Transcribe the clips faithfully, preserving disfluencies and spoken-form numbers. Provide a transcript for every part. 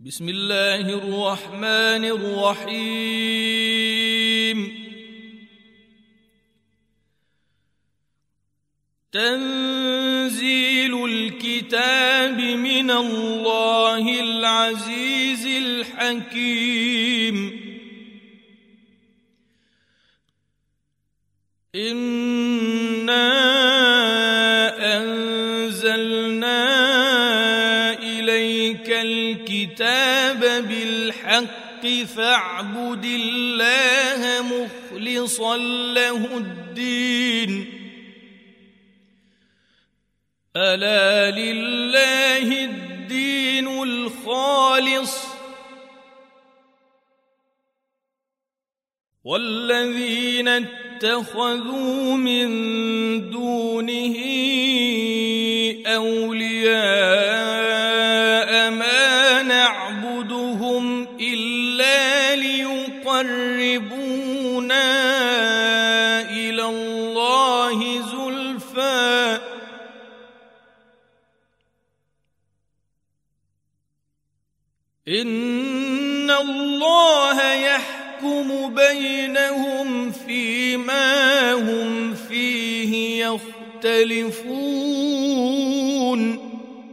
بسم الله الرحمن الرحيم. تنزيل الكتاب من الله العزيز الحكيم. إنا أنزلنا إليك الكتاب بالحق فاعبد الله مخلصا له الدين. ألا لله الدين الخالص والذين اتخذوا من دونه أولياء ما نعبدهم إلا ليقربونا إلى الله زلفى إن الله يحكم بينهم فيما هم فيه يختلفون.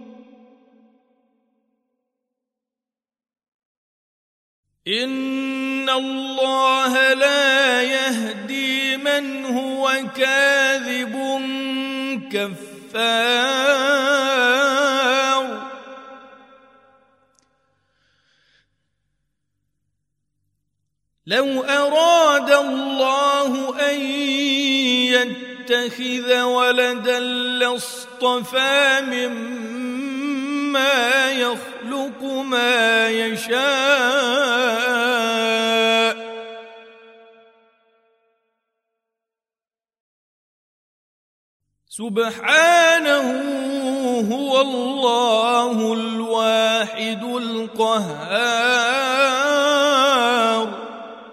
إن الله لا يهدي من هو كاذب كفار. لو أراد الله أن يتخذ ولدا لاصطفى مما يخلق ما يشاء سبحانه هو الله الواحد القهار.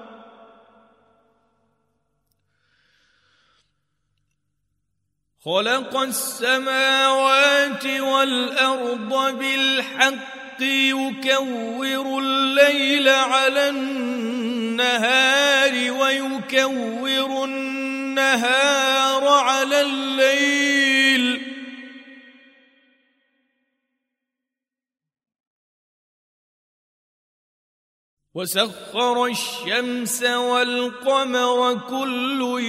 خلق السماوات والأرض بالحق يكور الليل على النهار ويكور النهار على الليل وسخر الشمس والقمر كل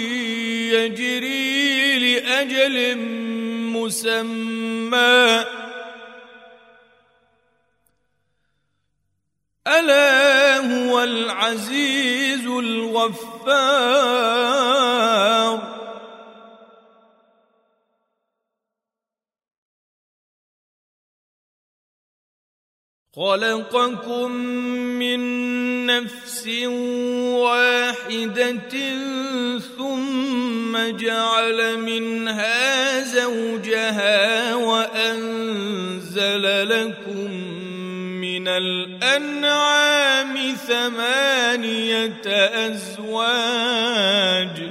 يجري لأجل مسمى ألا هو العزيز الغفار. خلقكم من نفس واحدة ثم جعل منها زوجها وأنزل لكم من الأنعام ثمانية أزواج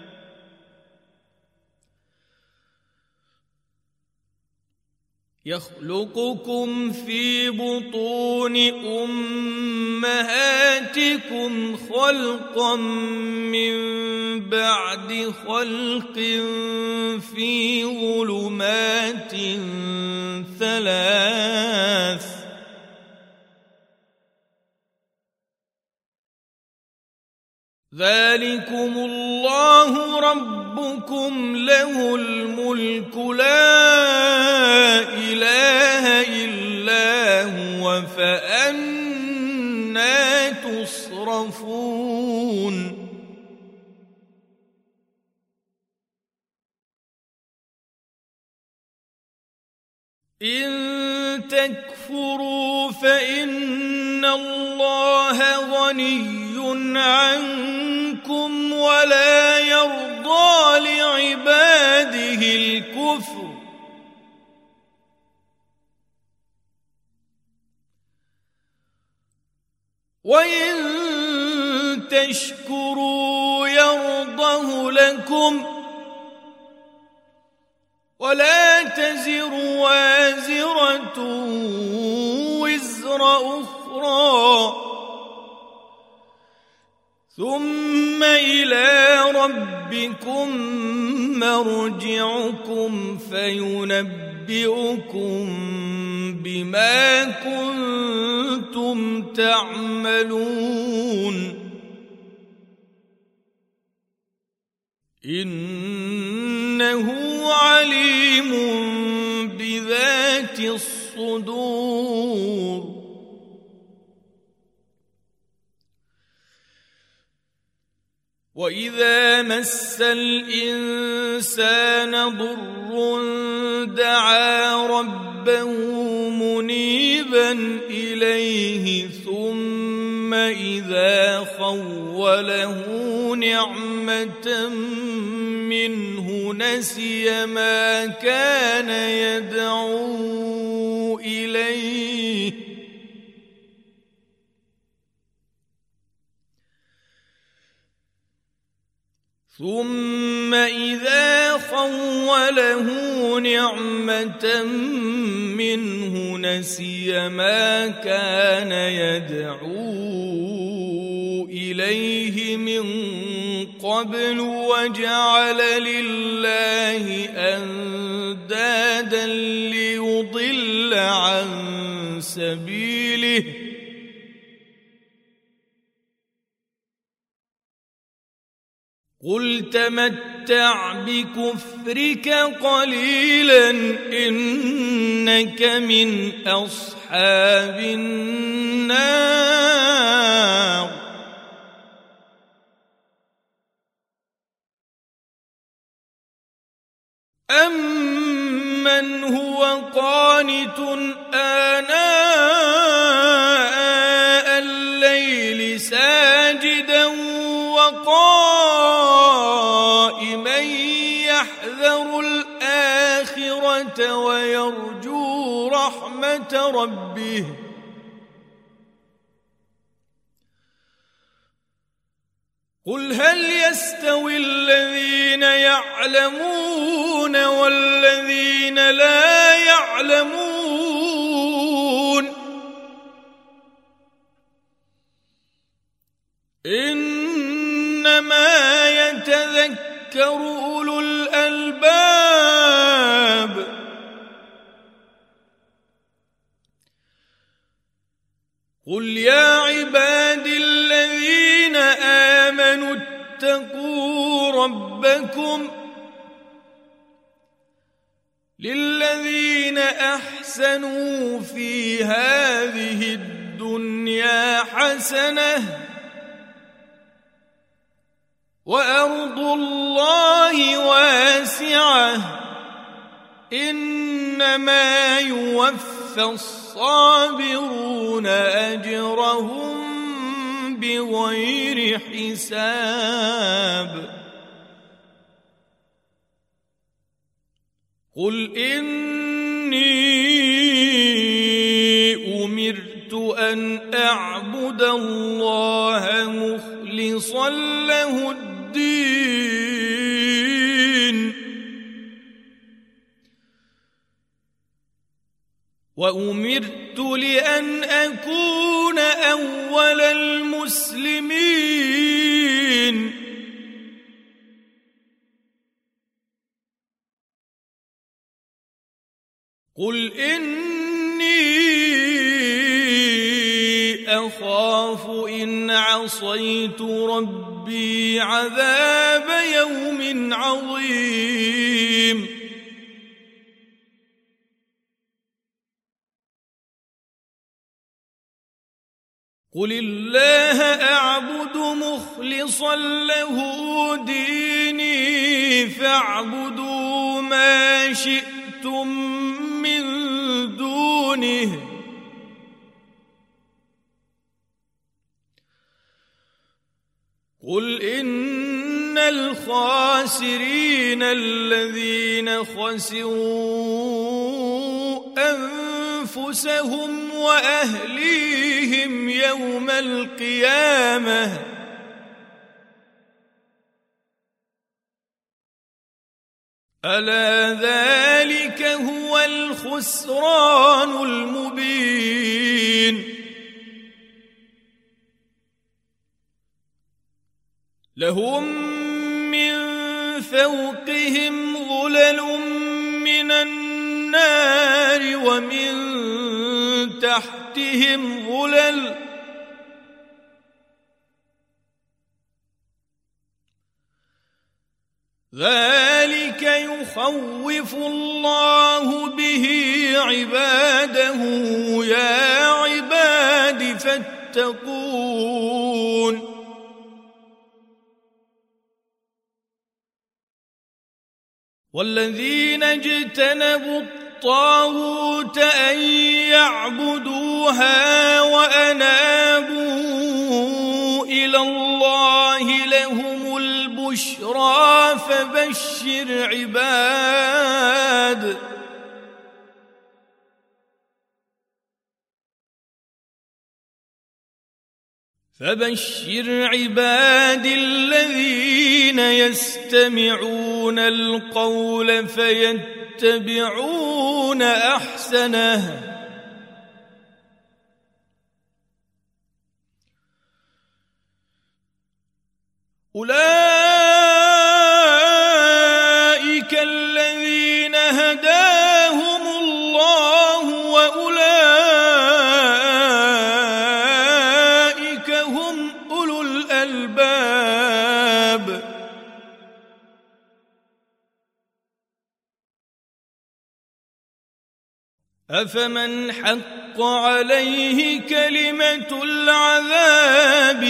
يخلقكم في بطون أمهاتكم خلقا من بعد خلق في ظلمات ثلاث ذلكم الله ربكم له الملك لا إله إلا هو فأنى تصرفون. إن تكفروا فإن الله غني عنكم ولا يرضى لعباده الكفر وإن تشكروا يرضه لكم ولا تزر وازرة وزر وزر أخرى ثم إلى ربكم مرجعكم فينبئكم بما كنتم تعملون إنه عليم بذات الصدور وإذا مس الإنسان ضر دعا ربه منيبا إليه ثم إذا خوله نعمة منه نسي ما كان يدعو إليه ثم إذا خوله نعمة منه نسي ما كان يدعو إليه من قبل وجعل لله أندادا ليضل عن سبيله قل تمتع بكفرك قليلا إنك من أصحاب النار أمن هو قانت آناء الليل ساجدا وقائما يحذر الآخرة ويرجو رحمة ربه قل هل يستوي الذين يعلمون والذين لا يعلمون إنما يتذكر أولو الألباب قل يا عبادي الذين آمنوا اتقوا ربكم للذين أحسنوا في هذه الدنيا حسنة وأرض الله واسعة إنما يوفى الصابرون أجرهم بغير حساب قل إني أمرت أن أعبد الله مخلصا له الدين وأمرت لأن أكون أول المسلمين قل إني أخاف إن عصيت ربي عذاب يوم عظيم قل الله أعبد مخلصا له ديني فاعبدوا ما شئتم من دونه قل إن الخاسرين الذين خسروا أنفسهم وأهليهم يوم القيامة ألا ذلك ذلك هو الخسران المبين لهم من فوقهم ظلل من النار ومن تحتهم ظلل ذلك يخوف الله به عباده يا عباد فاتقون والذين اجتنبوا الطاغوت أن يعبدوها وأنابوا إلى الله لهم البشرى فبشر عباد فبشر عباد الذين يستمعون القول فيتبعون أحسنه أولئك الذين هداهم الله وأولئك هم أولو الألباب أفمن حق عليه كلمة العذاب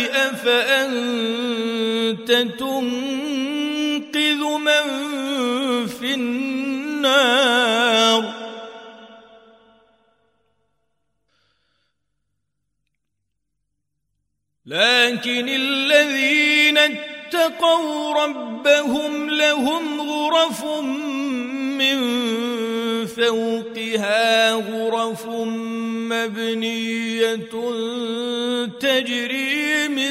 أفأنت تنقذ من في النار لكن الذين اتقوا ربهم لهم غرف من فوقها غرف مبنية تجري من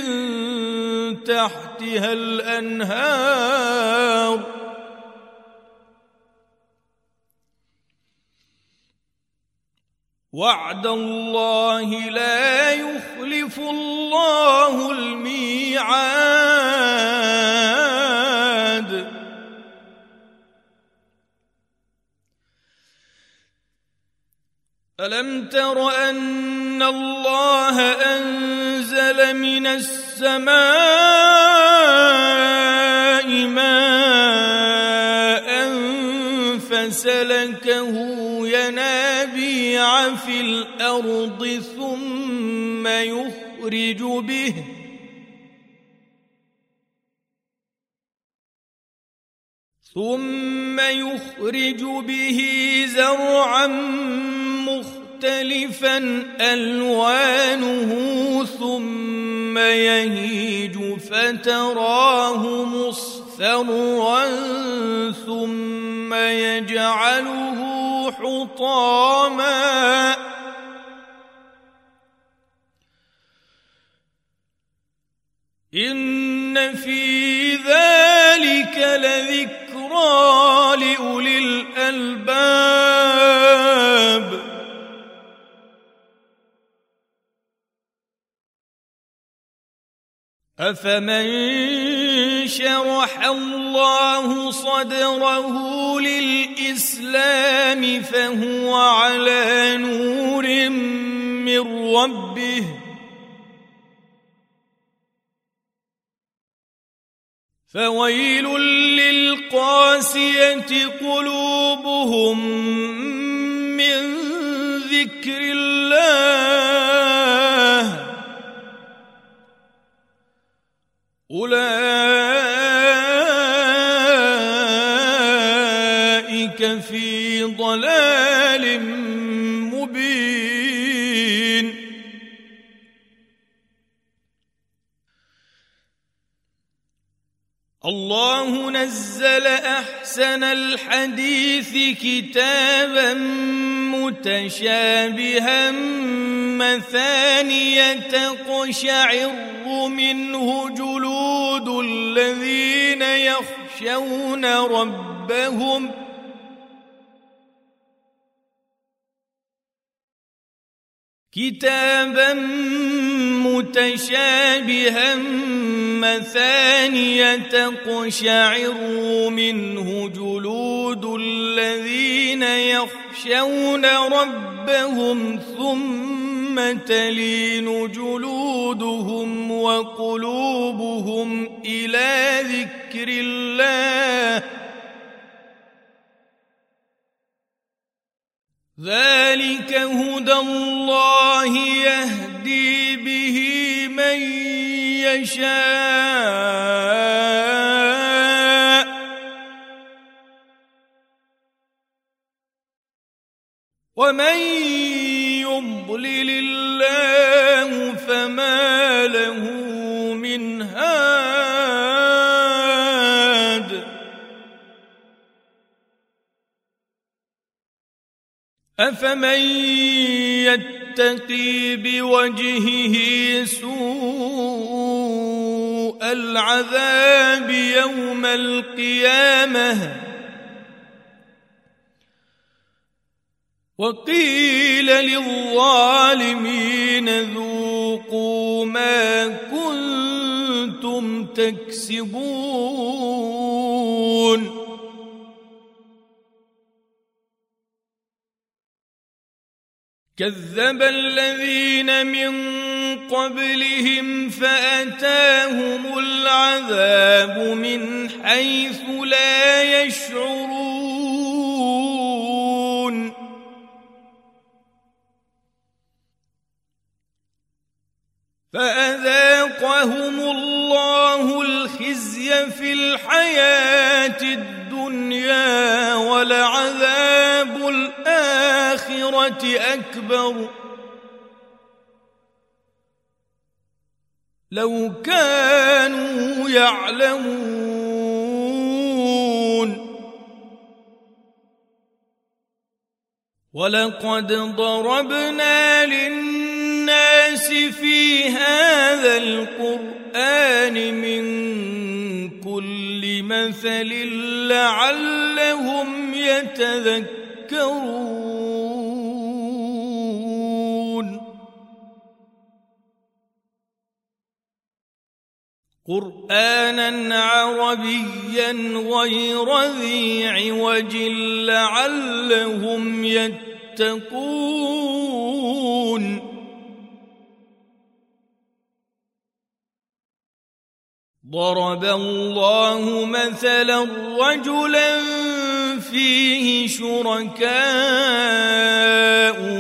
تحتها الأنهار وعد الله لا يخلف الله الميعاد ألم تر أن الله أنزل من السماء ماء فسلكه ينابيع في الأرض ثم يخرج به ثم يخرج به زرعا مختلفا ألوانه ثم يهيج فتراه مصفرا ثم يجعله حطاما إن في ذلك لذكرى لأولي الألباب أفمن شرح الله صدره للإسلام فهو على نور من ربه فويل للقاسية قلوبهم من ذكر الله أولئك في ضلال مبين الله نزل أحسن الحديث كتابا متشابها مثانية تقشعر منه جلود الذين يخشون ربهم كتابا متشابها مثانية تقشعر منه جلود الذين يخشون ربهم ثم تلين جلودهم وقلوبهم إلى ذكر الله ذلك هدى الله يهدي به من يشاء ومن يضلل الله فما له من هاد أفمن يتقي بوجهه سوء العذاب يوم القيامة وقيل للظالمين ذوقوا ما كنتم تكسبون كذب الذين من قبلهم فأتاهم العذاب من حيث لا يشعرون فأذاقهم الله الخزي في الحياة الدنيا ولعذاب الآخرة أكبر لو كانوا يعلمون ولقد ضربنا للناس في هذا القرآن من كل مثل لعلهم يتذكرون قرآنا عربيا غير ذي عوج لعلهم يتقون ضرب الله مثلا رجلا فيه شركاء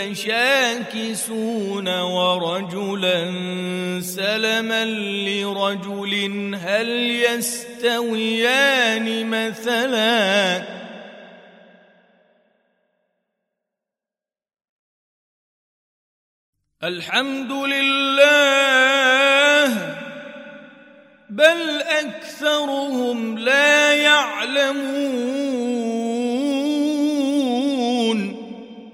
متشاكسون ورجلا سلما لرجل هل يستويان مثلا الحمد لله بل أكثرهم لا يعلمون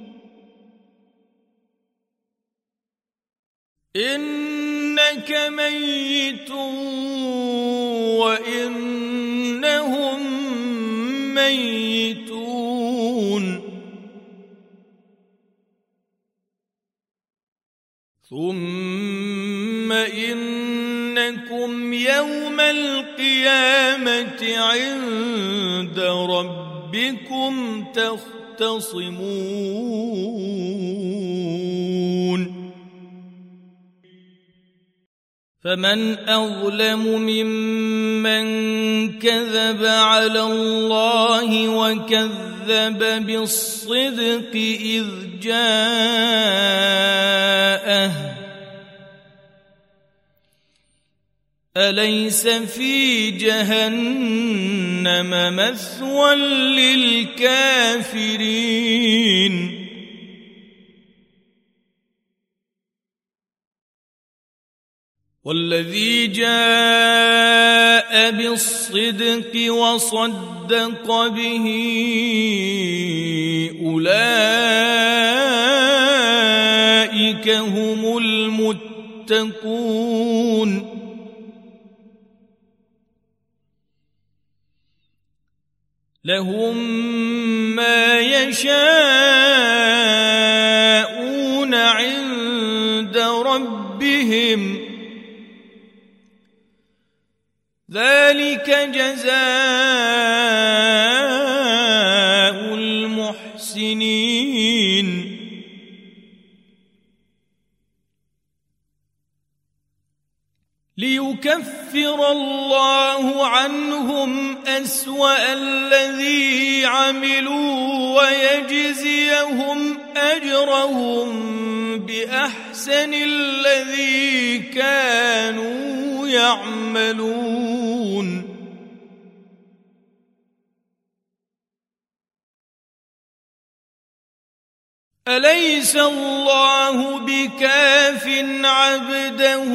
إنك ميت وإنهم ميتون ثم إنكم يوم القيامة عند ربكم تختصمون فمن أظلم ممن كذب على الله وكذب بالصدق إذ جاءه أليس في جهنم مثوى للكافرين والذي جاء بالصدق وصدق به أولئك هم المتقون لهم ما يشاءون عند ربهم ذلك جزاء المحسنين ليكفر الله عنهم أسوأ الذي عملوا ويجزيهم أجرهم بأحسن الذي كانوا يعملون أليس الله بكاف عبده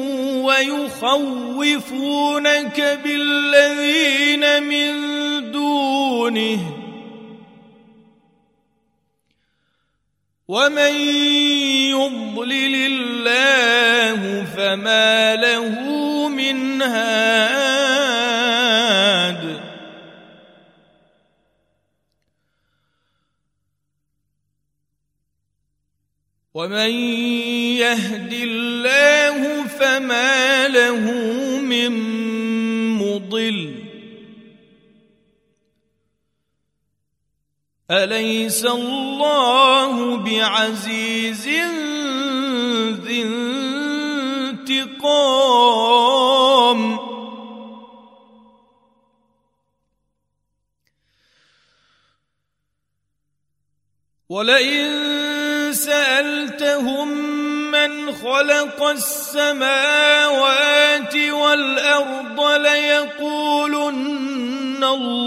ويخوفونك بالذين من دونه ومن يضلل الله فما له من هاد ومن يهد الله فما له من مضل أليس الله بعزيز ذي انتقام ولئن سألتهم من خلق السماوات والأرض ليقولن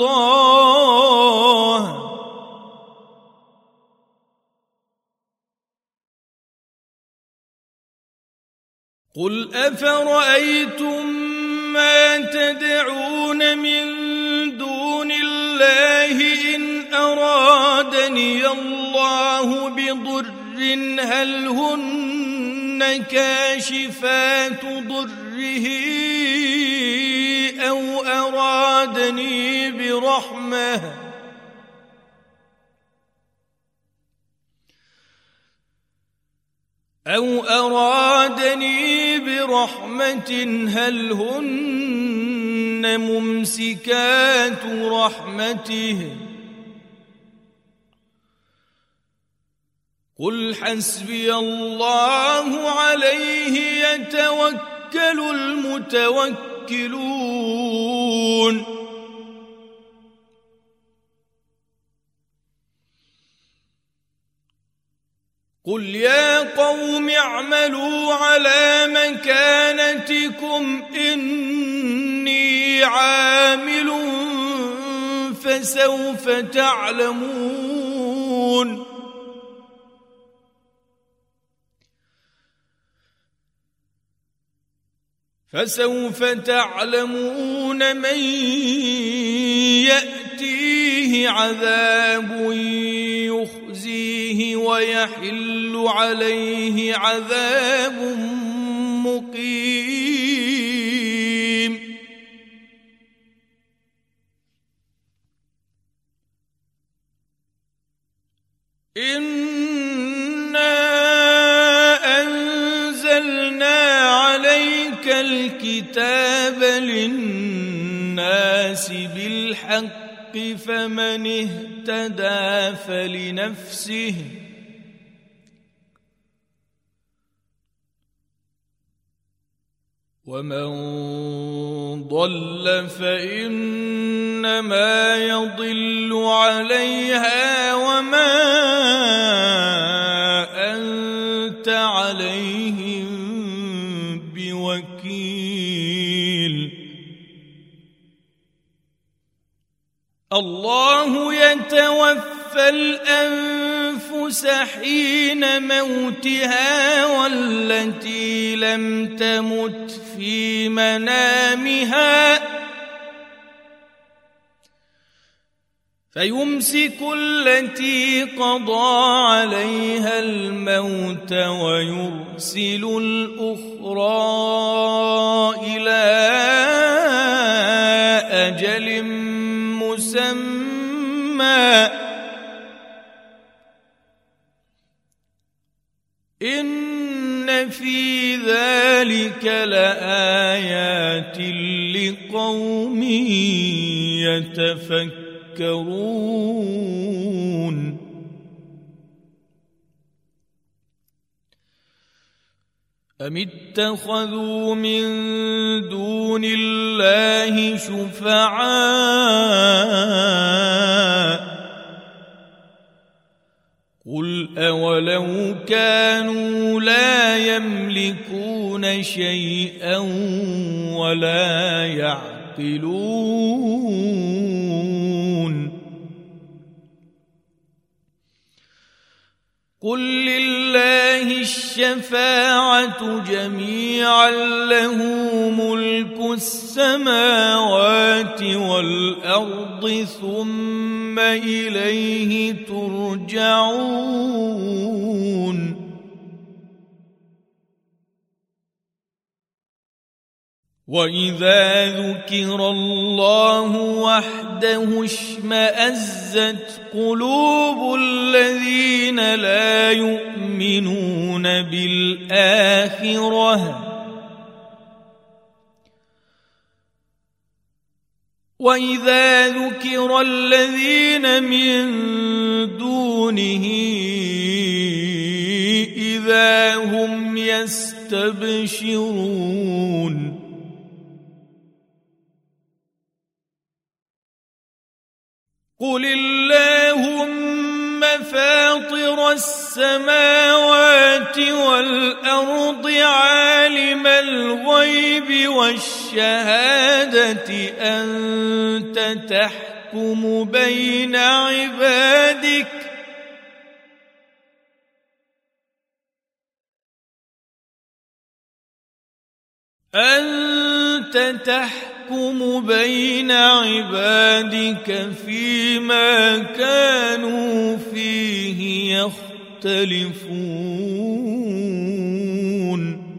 الله قل أفرأيتم ما تدعون من دون الله إن أرادني الله بضر هل هن كاشفات ضره أو أرادني برحمة أو أرادني برحمة هل هن ممسكات رحمته قل حسبي الله عليه يتوكل المتوكلون قل يا قوم اعملوا على مكانتكم إني عامل فسوف تعلمون فسوف تعلمون من يأتيه عذاب يخزيه ويحل عليه عذاب مقيم إنا أنزلنا عليك الكتاب للناس بالحق فمن اهتدى فلنفسه ومن ضل فإنما يضل عليها وما أنت عليهم بوكيل الله يتوفى الأنفس حين موتها والتي لم تمت في منامها فيمسك التي قضى عليها الموت ويرسل الأخرى إلى أجل مسمى إن في في ذلك لآيات لقوم يتفكرون أم اتخذوا من دون الله شفعاء قل أولو كانوا لا يملكون شيئا ولا يعقلون قل لله الشفاعة جميعا له ملك السماوات والأرض ثم إليه ترجعون وإذا ذكر الله وحده اشمأزت قلوب الذين لا يؤمنون بالآخرة وإذا ذكر الذين من دونه إذا هم يستبشرون قل اللهم فاطر السماوات والأرض عالم الغيب والشهادة أنت تحكم بين عبادك أنت تحكم بين عبادك فيما كانوا فيه يختلفون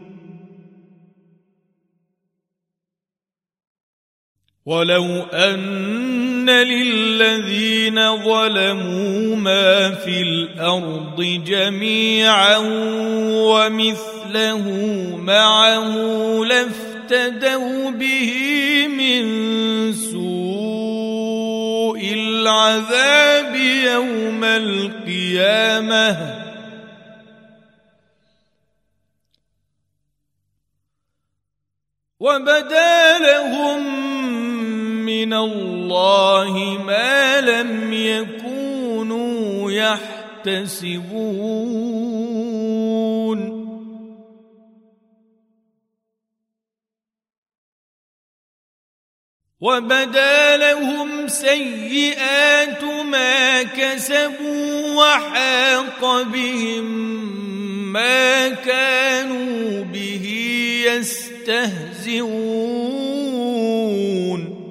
ولو أن للذين ظلموا ما في الأرض جميعا ومثله معه لافتدوا به من سوء العذاب يوم القيامة وبدا لهم من الله ما لم يكونوا يحتسبون وبدا لهم سيئات ما كسبوا وحاق بهم ما كانوا به يستهزئون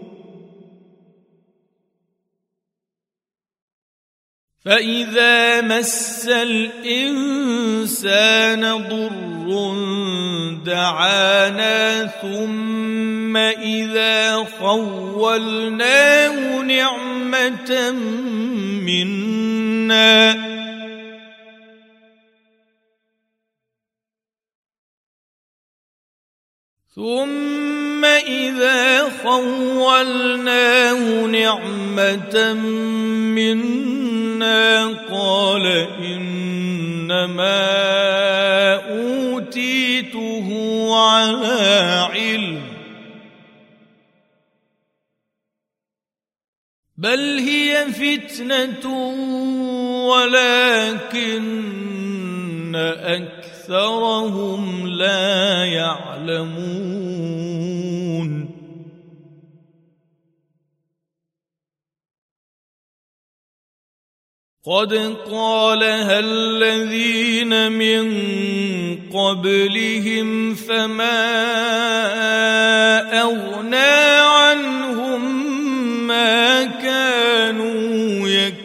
فإذا مس الإنسان ضر دعانا ثم إذا خولناه نعمة منا ثم إذا خولناه نعمة منا قال إنما أوتيته على علم بل هي فتنة ولكن أكثرهم لا يعلمون قد قالها الذين من قبلهم فما أغنى عنهم ما كانوا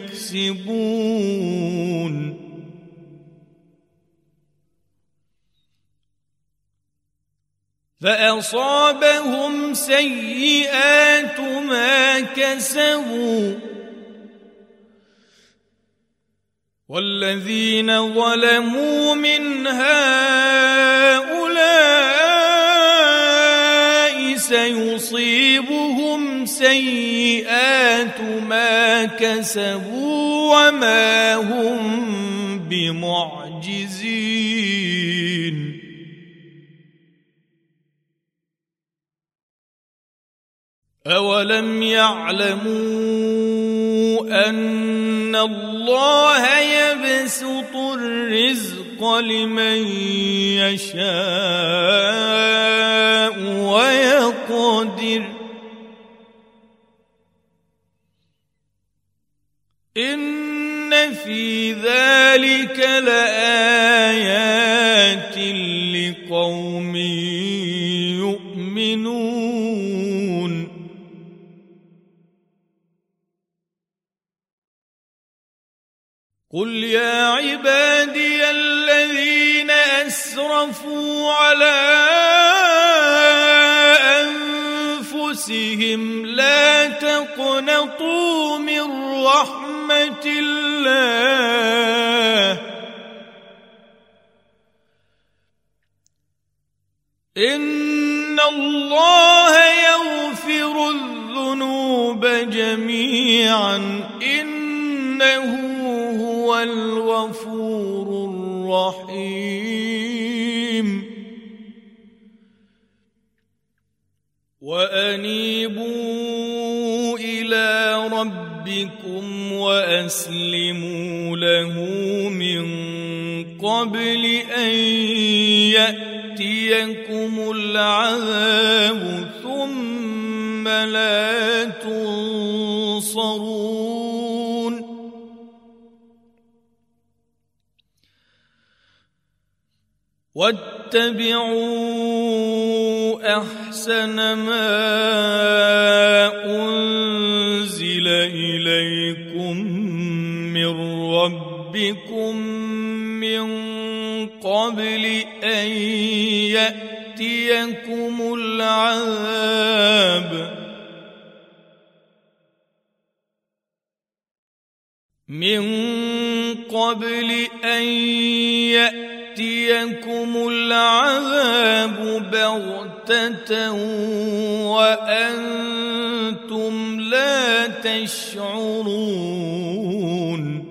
يكسبون فأصابهم سيئات ما كسبوا والذين ظلموا من هؤلاء تصيبهم سيئات ما كسبوا وما هم بمعجزين أولم يعلموا أن الله يبسط الرزق لمن يشاء ويقدر إن في ذلك لآيات لقوم يؤمنون قل يا عبادي الذين أسرفوا على أنفسهم لا تقنطوا من رحمة الله إن الله يغفر الذنوب جميعا إنه هو الغفور الرحيم وأنيبوا إلى ربكم وأسلموا له من قبل أن يأتيكم العذاب ثم لا تنصرون واتبعوا أحسن ما أنزل إليكم من ربكم من قبل أن يأتيكم العذاب من قبل أن يأتيكم العذاب بغتة وأنتم لا تشعرون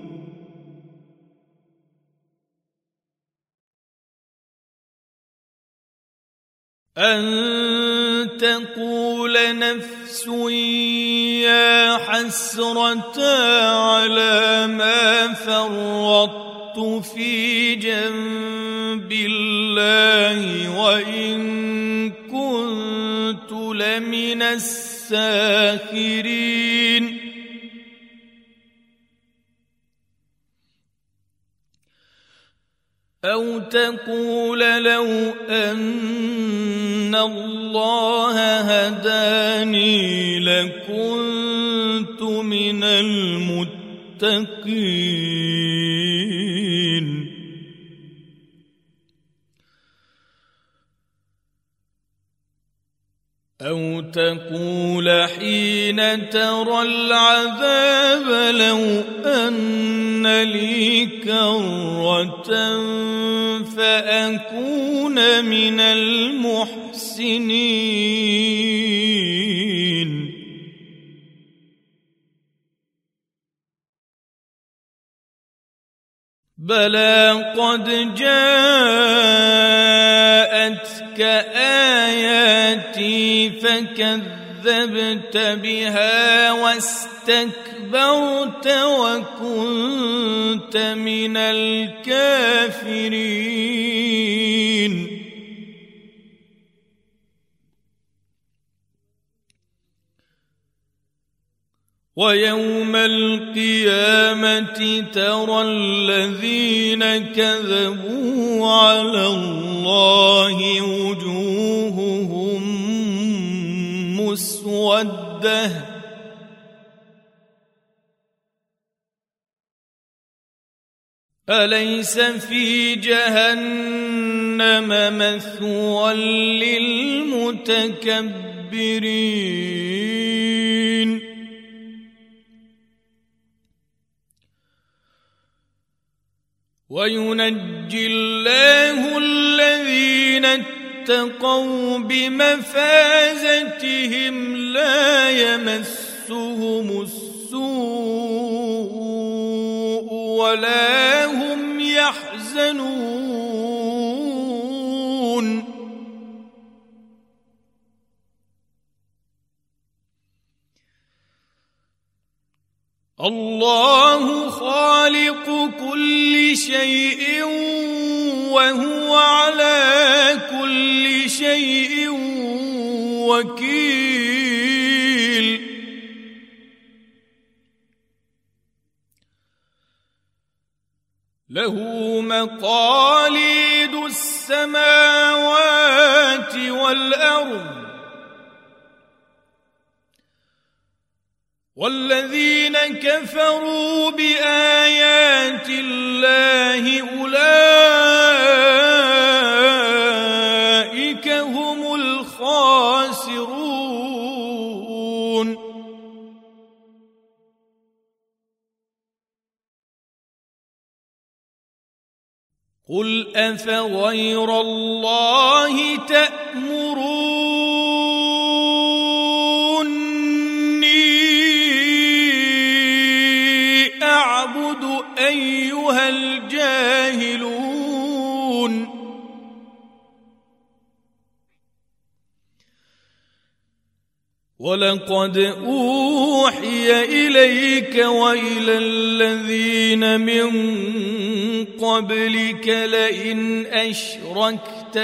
أن تقول نفس يا حسرة على ما فرطت في جنب الله وإن كنت لمن الساخرين أو تقول لو أن الله هداني لكنت من المتقين أو تقول حين ترى العذاب لو أن لي كرة فأكون من المحسنين بلى قد جاءتك آياتي فكذبت بها واستكبرت وكنت من الكافرين ويوم القيامة ترى الذين كذبوا على الله وجوههم مسودة أليس في جهنم مثوى للمتكبرين وينجي الله الذين اتقوا بمفازتهم لا يمسهم السوء ولا هم يحزنون الله خالق كل شيء وهو على كل شيء وكيل له مقاليد السماوات والأرض والذين كفروا بآيات الله أولئك هم الخاسرون قل أفغير الله تأمروني أعبد أيها الجاهلون ولقد أوحي إليك وإلى الذين من قبلك لئن أشركت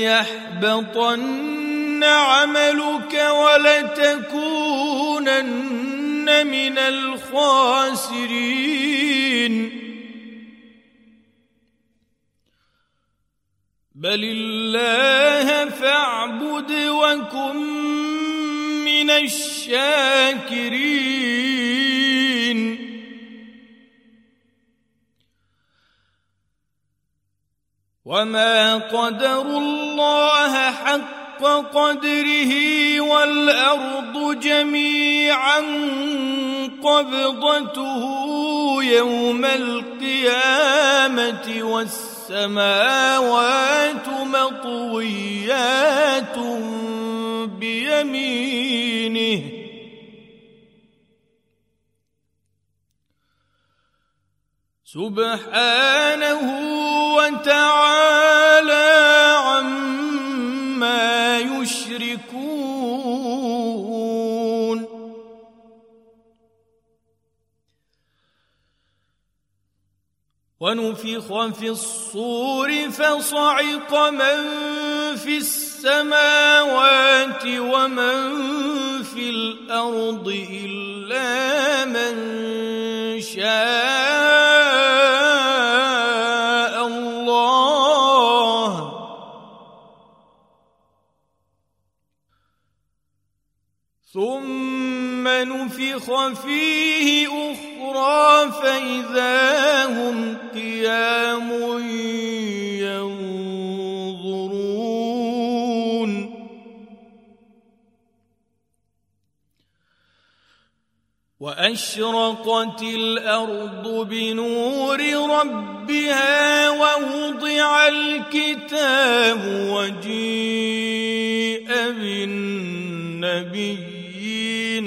ليحبطن عملك ولتكونن من الخاسرين بل الله فاعبد وكن من الشاكرين وما قدروا الله حق قدره والأرض جميعا قبضته يوم القيامة والسماوات مطويات بيمينه سبحانه وتعالى عما يشركون ونفخ في الصور فصعق من في السماوات ومن في الأرض إلا من شاء الله ثم نفخ فيه أخرى فإذا هم قيام ينظرون وأشرقت الأرض بنور ربها ووضع الكتاب وجيء بالنبيين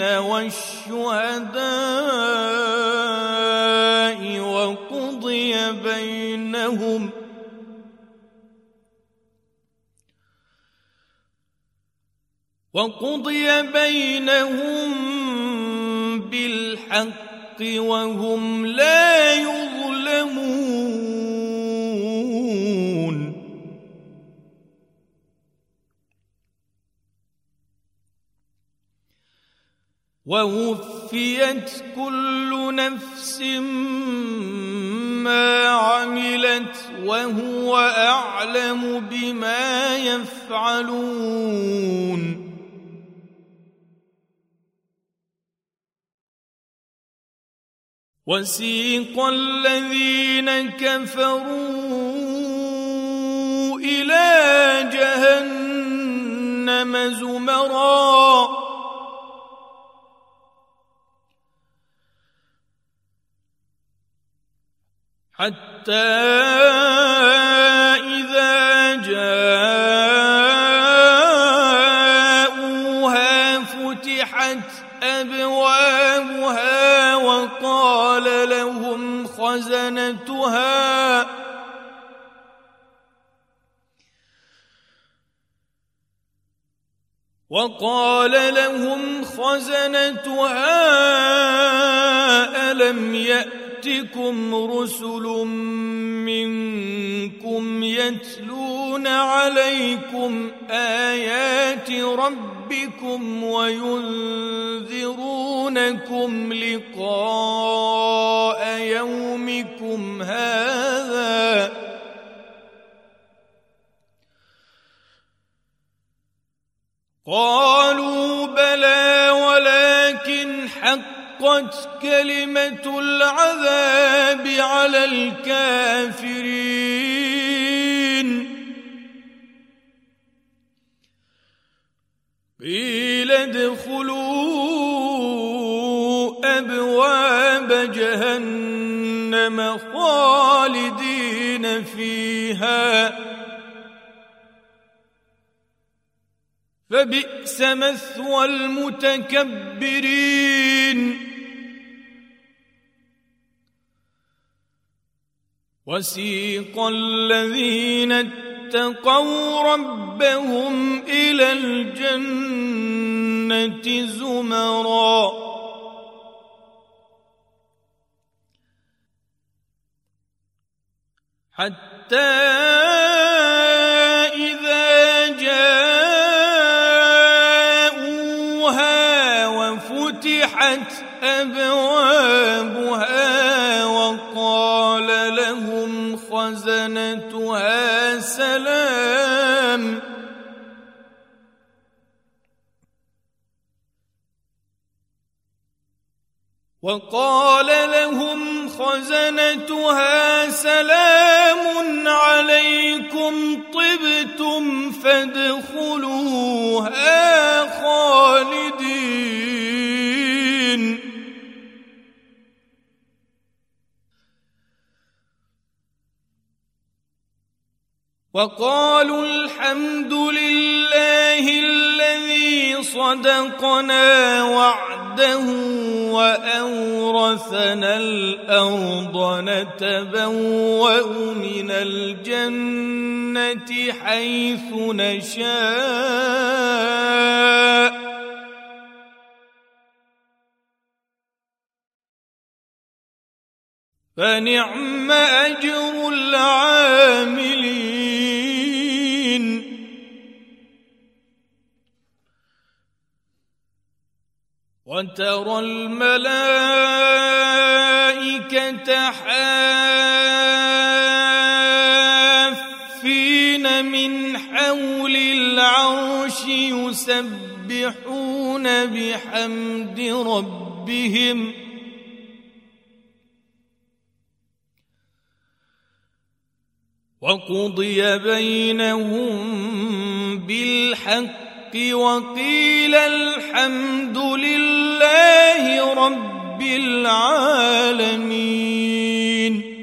والشهداء وقضي بينهم وقضي بينهم بالحق وهم لا يظلمون ووفيت كل نفس ما عملت وهو أعلم بما يفعلون وسيق الذين كفروا إلى جهنم زمرا حتى إذا جاء خزنتها وقال لهم خزنتها ألم يأتكم رسل منكم يتلون عليكم آيات ربكم وينذرونكم لقاء يومكم هذا قالوا بلى ولكن حقت كلمة العذاب على الكافرين قيل ادخلوا أبواب جهنم خالدين فيها فبئس مثوى المتكبرين وسيق الذين اتقوا ربهم إلى الجنة زمرا حتى فتحت أبوابها وقال لهم خزنتها سلام وقال لهم خزنتها سلام عليكم طبتم فادخلوها خالدين وقالوا الحمد لله الذي صدقنا وعده وأورثنا الأرض نتبوأ من الجنة حيث نشاء فنعم أجر العاملين وترى الملائكة حافين من حول العرش يسبحون بحمد ربهم وقضي بينهم بالحق وقيل الحمد لله رب العالمين